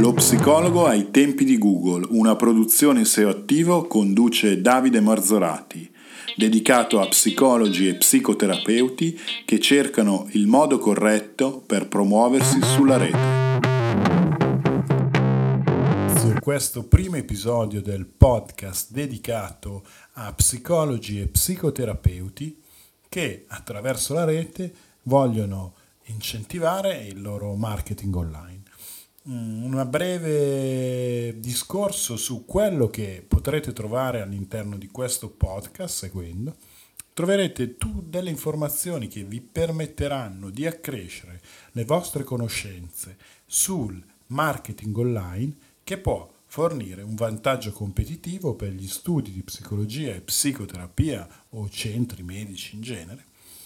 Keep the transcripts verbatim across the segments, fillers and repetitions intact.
Lo psicologo ai tempi di Google, una produzione S E O attivo, conduce Davide Marzorati, dedicato a psicologi e psicoterapeuti che cercano il modo corretto per promuoversi sulla rete. Su questo primo episodio del podcast dedicato a psicologi e psicoterapeuti che attraverso la rete vogliono incentivare il loro marketing online. Un breve discorso su quello che potrete trovare all'interno di questo podcast seguendo. Troverete tu delle informazioni che vi permetteranno di accrescere le vostre conoscenze sul marketing online, che può fornire un vantaggio competitivo per gli studi di psicologia e psicoterapia o centri medici in genere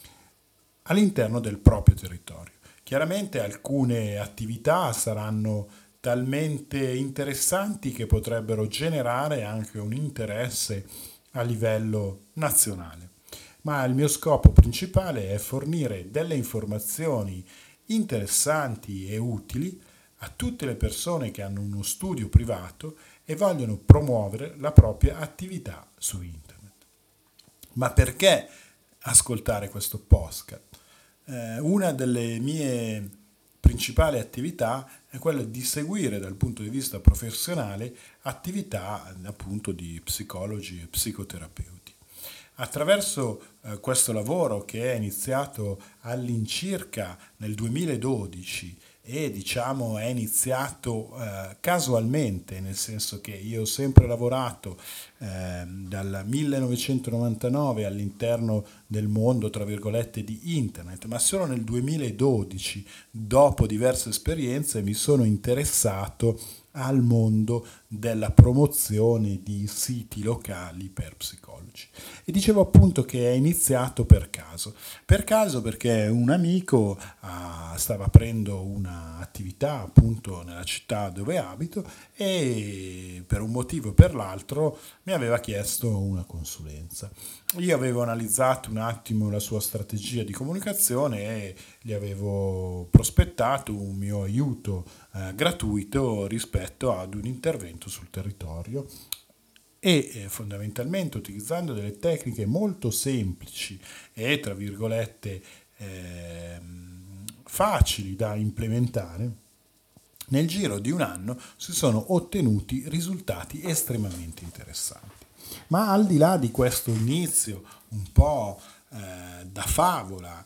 all'interno del proprio territorio. Chiaramente alcune attività saranno talmente interessanti che potrebbero generare anche un interesse a livello nazionale, ma il mio scopo principale è fornire delle informazioni interessanti e utili a tutte le persone che hanno uno studio privato e vogliono promuovere la propria attività su internet. Ma perché ascoltare questo podcast? Eh, una delle mie principali attività è quella di seguire dal punto di vista professionale attività appunto di psicologi e psicoterapeuti. Attraverso eh, questo lavoro, che è iniziato all'incirca nel duemiladodici e diciamo è iniziato eh, casualmente, nel senso che io ho sempre lavorato eh, dal millenovecentonovantanove all'interno del mondo tra virgolette di internet, ma solo nel duemiladodici, dopo diverse esperienze, mi sono interessato al mondo della promozione di siti locali per psicologi. E dicevo appunto che è iniziato per caso. Per caso perché un amico uh, stava aprendo un'attività appunto nella città dove abito e per un motivo o per l'altro mi aveva chiesto una consulenza. Io avevo analizzato un attimo la sua strategia di comunicazione e gli avevo prospettato un mio aiuto eh, gratuito rispetto ad un intervento sul territorio e eh, fondamentalmente utilizzando delle tecniche molto semplici e tra virgolette eh, facili da implementare. Nel giro di un anno si sono ottenuti risultati estremamente interessanti. Ma al di là di questo inizio un po' eh, da favola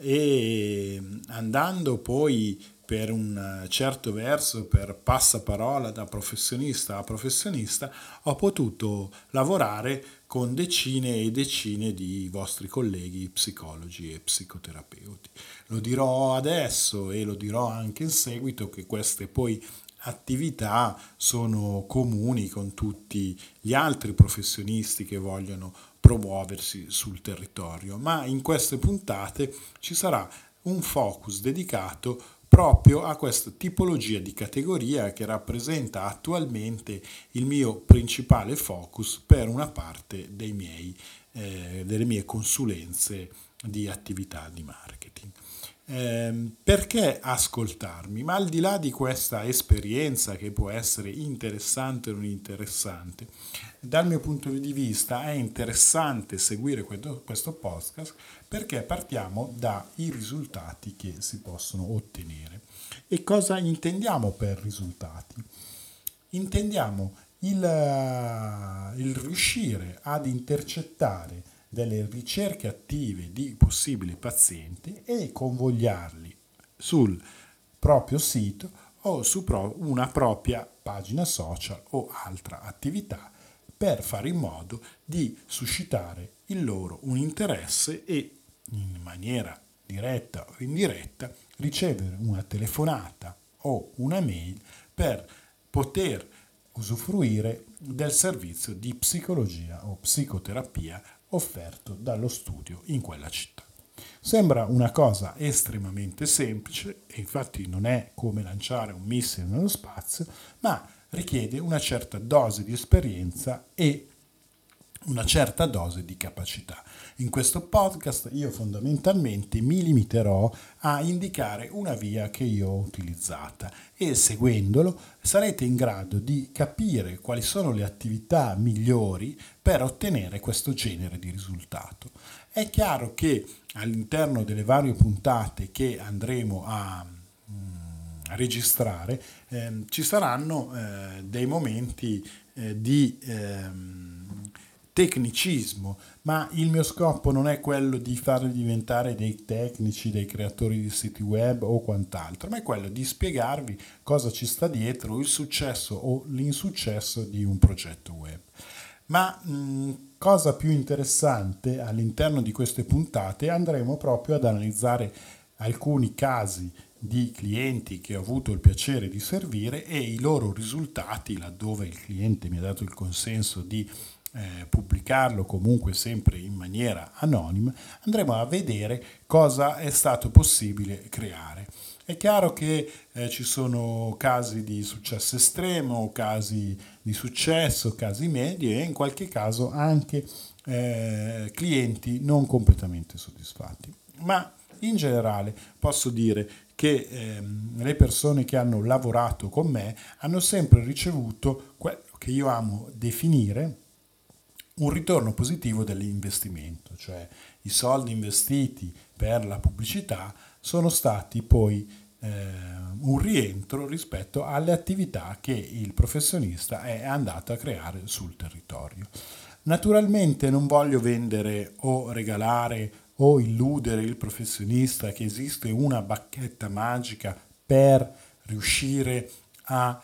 e andando poi per un certo verso, per passaparola da professionista a professionista, ho potuto lavorare con decine e decine di vostri colleghi psicologi e psicoterapeuti. Lo dirò adesso e lo dirò anche in seguito che queste poi attività sono comuni con tutti gli altri professionisti che vogliono promuoversi sul territorio, ma in queste puntate ci sarà un focus dedicato proprio a questa tipologia di categoria che rappresenta attualmente il mio principale focus per una parte dei miei, eh, delle mie consulenze di attività di marketing. Eh, perché ascoltarmi? Ma al di là di questa esperienza che può essere interessante o non interessante, dal mio punto di vista è interessante seguire questo podcast perché partiamo dai risultati che si possono ottenere. E cosa intendiamo per risultati? Intendiamo il, il riuscire ad intercettare delle ricerche attive di possibili pazienti e convogliarli sul proprio sito o su pro- una propria pagina social o altra attività per fare in modo di suscitare in loro un interesse e in maniera diretta o indiretta ricevere una telefonata o una mail per poter usufruire del servizio di psicologia o psicoterapia offerto dallo studio in quella città. Sembra una cosa estremamente semplice e infatti non è come lanciare un missile nello spazio, ma richiede una certa dose di esperienza e una certa dose di capacità. In questo podcast io fondamentalmente mi limiterò a indicare una via che io ho utilizzata e seguendolo sarete in grado di capire quali sono le attività migliori per ottenere questo genere di risultato. È chiaro che all'interno delle varie puntate che andremo a a registrare eh, ci saranno eh, dei momenti eh, di ehm, tecnicismo, ma il mio scopo non è quello di farli diventare dei tecnici, dei creatori di siti web o quant'altro, ma è quello di spiegarvi cosa ci sta dietro il successo o l'insuccesso di un progetto web. Ma mh, cosa più interessante, all'interno di queste puntate andremo proprio ad analizzare alcuni casi di clienti che ho avuto il piacere di servire e i loro risultati, laddove il cliente mi ha dato il consenso di eh, pubblicarlo comunque sempre in maniera anonima, andremo a vedere cosa è stato possibile creare. È chiaro che eh, ci sono casi di successo estremo, casi di successo, casi medi e in qualche caso anche eh, clienti non completamente soddisfatti. Ma in generale posso dire che ehm, le persone che hanno lavorato con me hanno sempre ricevuto quello che io amo definire un ritorno positivo dell'investimento, cioè i soldi investiti per la pubblicità sono stati poi eh, un rientro rispetto alle attività che il professionista è andato a creare sul territorio. Naturalmente non voglio vendere o regalare o illudere il professionista che esiste una bacchetta magica per riuscire a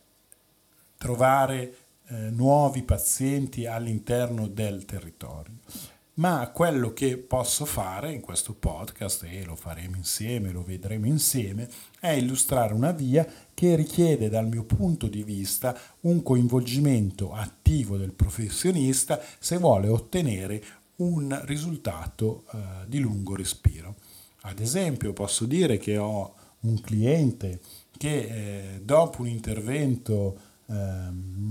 trovare eh, nuovi pazienti all'interno del territorio. Ma quello che posso fare in questo podcast, e lo faremo insieme, lo vedremo insieme, è illustrare una via che richiede dal mio punto di vista un coinvolgimento attivo del professionista se vuole ottenere un risultato eh, di lungo respiro. Ad esempio posso dire che ho un cliente che eh, dopo un intervento eh,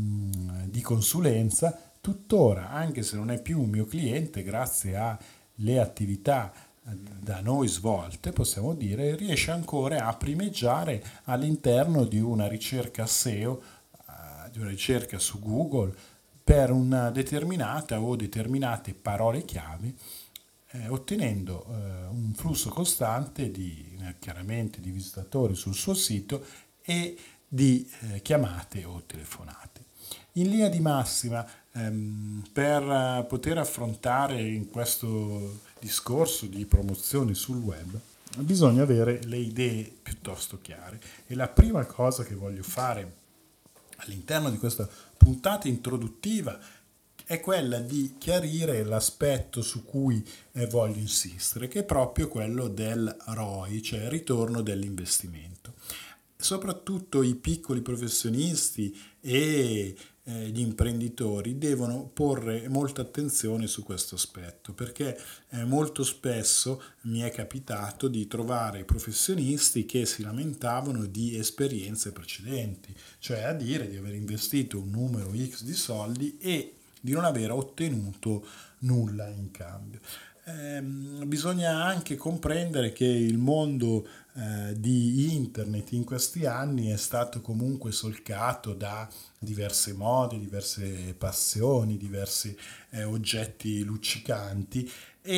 di consulenza, tuttora, anche se non è più un mio cliente, grazie alle attività da noi svolte, possiamo dire, riesce ancora a primeggiare all'interno di una ricerca S E O, di una ricerca su Google, per una determinata o determinate parole chiave, eh, ottenendo eh, un flusso costante di, eh, chiaramente di visitatori sul suo sito e di eh, chiamate o telefonate. In linea di massima, ehm, per poter affrontare in questo discorso di promozione sul web, bisogna avere le idee piuttosto chiare. E la prima cosa che voglio fare all'interno di questa puntata introduttiva è quella di chiarire l'aspetto su cui eh, voglio insistere, che è proprio quello del R O I, cioè il ritorno dell'investimento. Soprattutto i piccoli professionisti e eh, gli imprenditori devono porre molta attenzione su questo aspetto, perché eh, molto spesso mi è capitato di trovare professionisti che si lamentavano di esperienze precedenti, cioè a dire di aver investito un numero X di soldi e di non aver ottenuto nulla in cambio. Eh, bisogna anche comprendere che il mondo eh, di internet in questi anni è stato comunque solcato da diverse mode, diverse passioni, diversi eh, oggetti luccicanti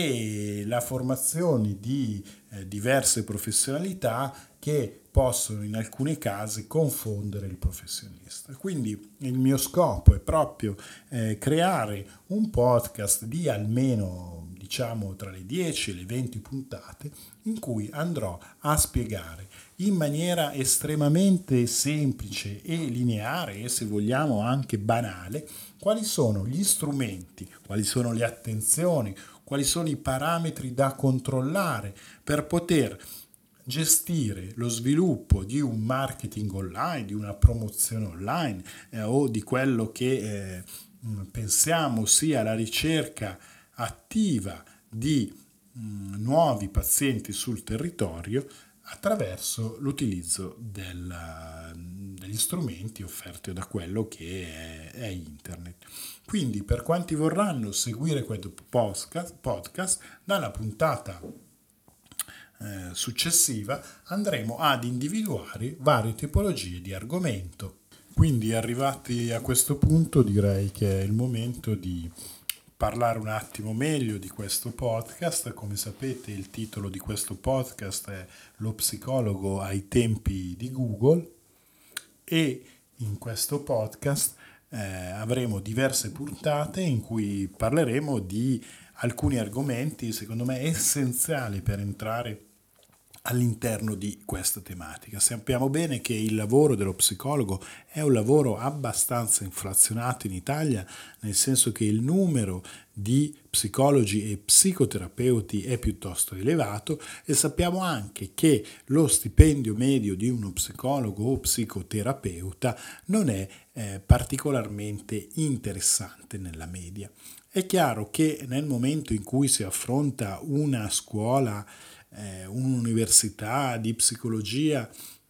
e la formazione di eh, diverse professionalità che possono in alcuni casi confondere il professionista. Quindi il mio scopo è proprio eh, creare un podcast di almeno diciamo tra le dieci e le venti puntate in cui andrò a spiegare in maniera estremamente semplice e lineare e se vogliamo anche banale quali sono gli strumenti, quali sono le attenzioni, quali sono i parametri da controllare per poter gestire lo sviluppo di un marketing online, di una promozione online eh, o di quello che eh, pensiamo sia la ricerca attiva di mh, nuovi pazienti sul territorio attraverso l'utilizzo del, degli strumenti offerti da quello che è, è internet. Quindi per quanti vorranno seguire questo podcast, podcast dalla puntata eh, successiva andremo ad individuare varie tipologie di argomento. Quindi arrivati a questo punto direi che è il momento di parlare un attimo meglio di questo podcast. Come sapete, il titolo di questo podcast è Lo psicologo ai tempi di Google, e in questo podcast eh, avremo diverse puntate in cui parleremo di alcuni argomenti secondo me essenziali per entrare all'interno di questa tematica. Sappiamo bene che il lavoro dello psicologo è un lavoro abbastanza inflazionato in Italia, nel senso che il numero di psicologi e psicoterapeuti è piuttosto elevato, e sappiamo anche che lo stipendio medio di uno psicologo o psicoterapeuta non è eh, particolarmente interessante nella media. È chiaro che nel momento in cui si affronta una scuola, eh, un'università di psicologia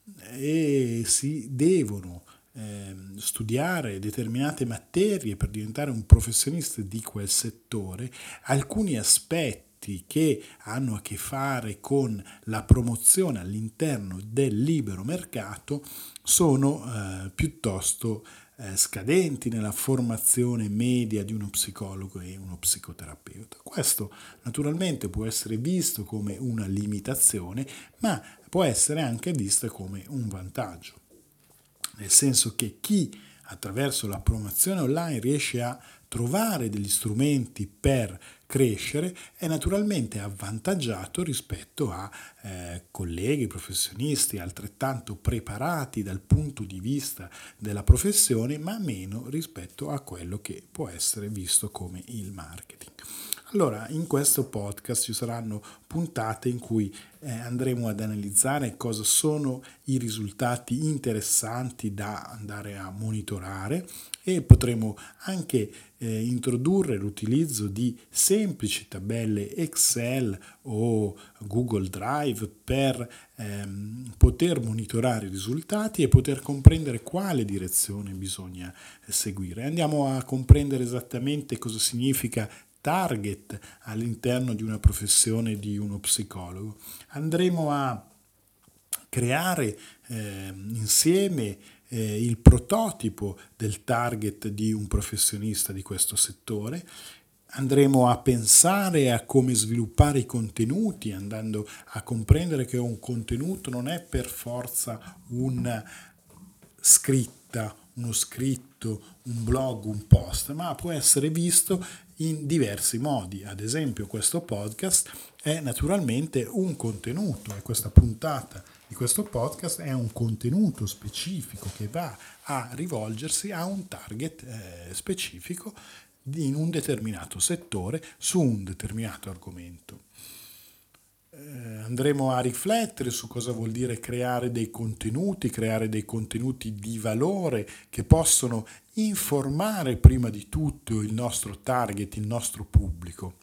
e si devono eh, studiare determinate materie per diventare un professionista di quel settore, alcuni aspetti che hanno a che fare con la promozione all'interno del libero mercato sono eh, piuttosto eh, scadenti nella formazione media di uno psicologo e uno psicoterapeuta. Questo naturalmente può essere visto come una limitazione, ma può essere anche visto come un vantaggio, nel senso che chi attraverso la promozione online riesce a trovare degli strumenti per crescere è naturalmente avvantaggiato rispetto a eh, colleghi professionisti altrettanto preparati dal punto di vista della professione, ma meno rispetto a quello che può essere visto come il marketing. Allora, in questo podcast ci saranno puntate in cui eh, andremo ad analizzare cosa sono i risultati interessanti da andare a monitorare, e potremo anche eh, introdurre l'utilizzo di semplici tabelle Excel o Google Drive per ehm, poter monitorare i risultati e poter comprendere quale direzione bisogna seguire. Andiamo a comprendere esattamente cosa significa target all'interno di una professione di uno psicologo. Andremo a creare eh, insieme eh, il prototipo del target di un professionista di questo settore. Andremo a pensare a come sviluppare i contenuti, andando a comprendere che un contenuto non è per forza una scritta, uno scritto, un blog, un post, ma può essere visto in diversi modi. Ad esempio, questo podcast è naturalmente un contenuto, e questa puntata di questo podcast è un contenuto specifico che va a rivolgersi a un target eh, specifico in un determinato settore su un determinato argomento. Eh, andremo a riflettere su cosa vuol dire creare dei contenuti, creare dei contenuti di valore che possono informare prima di tutto il nostro target, il nostro pubblico.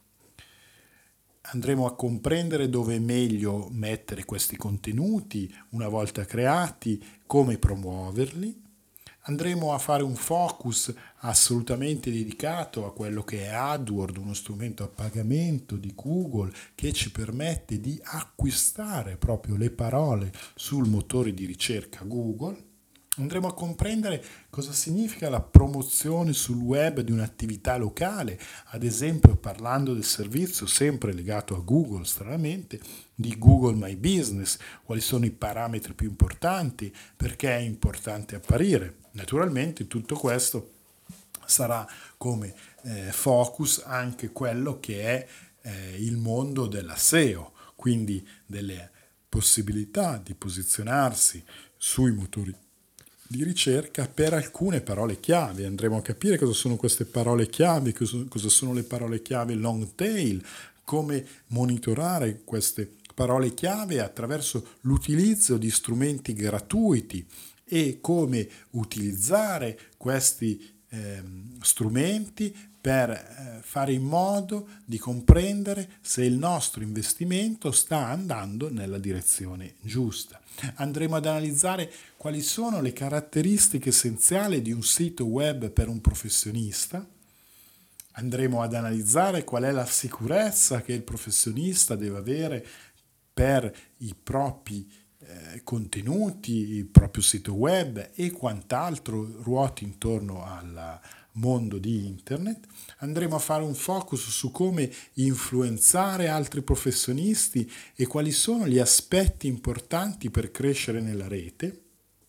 Andremo a comprendere dove è meglio mettere questi contenuti una volta creati, come promuoverli. Andremo a fare un focus assolutamente dedicato a quello che è AdWords, uno strumento a pagamento di Google che ci permette di acquistare proprio le parole sul motore di ricerca Google. Andremo a comprendere cosa significa la promozione sul web di un'attività locale, ad esempio parlando del servizio sempre legato a Google, stranamente, di Google My Business, quali sono i parametri più importanti, perché è importante apparire. Naturalmente tutto questo sarà come eh, focus anche quello che è eh, il mondo della S E O, quindi delle possibilità di posizionarsi sui motori di ricerca per alcune parole chiave. Andremo a capire cosa sono queste parole chiave, cosa sono le parole chiave long tail, come monitorare queste parole chiave attraverso l'utilizzo di strumenti gratuiti e come utilizzare questi eh, strumenti per eh, fare in modo di comprendere se il nostro investimento sta andando nella direzione giusta. Andremo ad analizzare quali sono le caratteristiche essenziali di un sito web per un professionista. Andremo ad analizzare qual è la sicurezza che il professionista deve avere per i propri eh, contenuti, il proprio sito web e quant'altro ruoti intorno al mondo di internet. Andremo a fare un focus su come influenzare altri professionisti e quali sono gli aspetti importanti per crescere nella rete,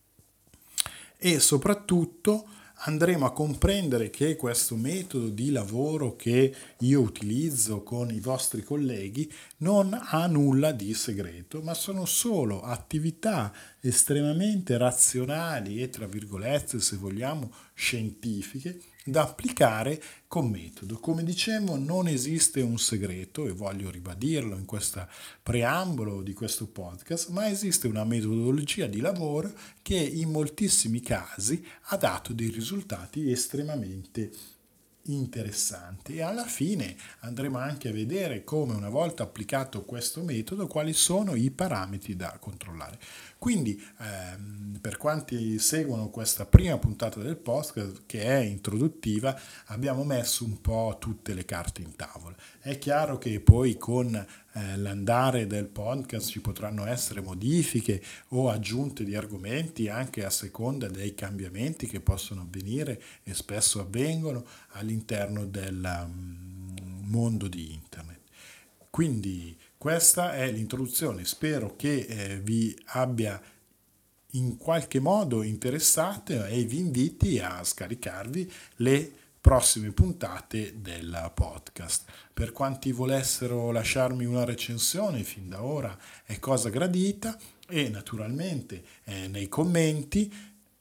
e soprattutto andremo a comprendere che questo metodo di lavoro che io utilizzo con i vostri colleghi non ha nulla di segreto, ma sono solo attività estremamente razionali e, tra virgolette, se vogliamo, scientifiche, da applicare con metodo. Come dicevo, non esiste un segreto, e voglio ribadirlo in questo preambolo di questo podcast, ma esiste una metodologia di lavoro che in moltissimi casi ha dato dei risultati estremamente interessanti, e alla fine andremo anche a vedere come, una volta applicato questo metodo, quali sono i parametri da controllare. Quindi ehm, per quanti seguono questa prima puntata del podcast, che è introduttiva, abbiamo messo un po' tutte le carte in tavola. È chiaro che poi con eh, l'andare del podcast ci potranno essere modifiche o aggiunte di argomenti anche a seconda dei cambiamenti che possono avvenire e spesso avvengono all'interno del um, mondo di internet. Quindi questa è l'introduzione, spero che eh, vi abbia in qualche modo interessato e vi inviti a scaricarvi le prossime puntate del podcast. Per quanti volessero lasciarmi una recensione, fin da ora è cosa gradita, e naturalmente eh, nei commenti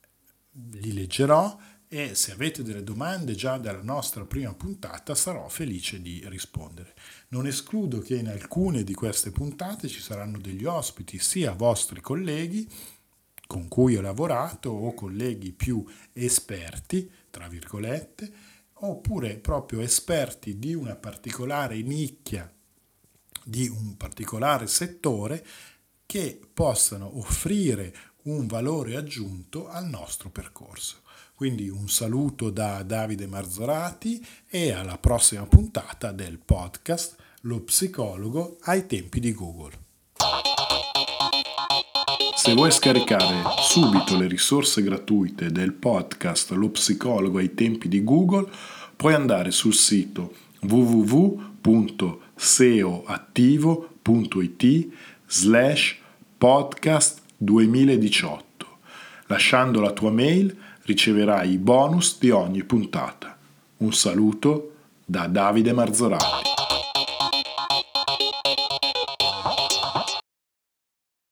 li leggerò, e se avete delle domande già dalla nostra prima puntata sarò felice di rispondere. Non escludo che in alcune di queste puntate ci saranno degli ospiti, sia vostri colleghi con cui ho lavorato o colleghi più esperti, tra virgolette, oppure proprio esperti di una particolare nicchia, di un particolare settore, che possano offrire un valore aggiunto al nostro percorso. Quindi un saluto da Davide Marzorati e alla prossima puntata del podcast Lo psicologo ai tempi di Google. Se vuoi scaricare subito le risorse gratuite del podcast Lo psicologo ai tempi di Google, puoi andare sul sito w w w punto seoattivo punto it slash podcast duemiladiciotto. Lasciando la tua mail riceverai i bonus di ogni puntata. Un saluto da Davide Marzorati.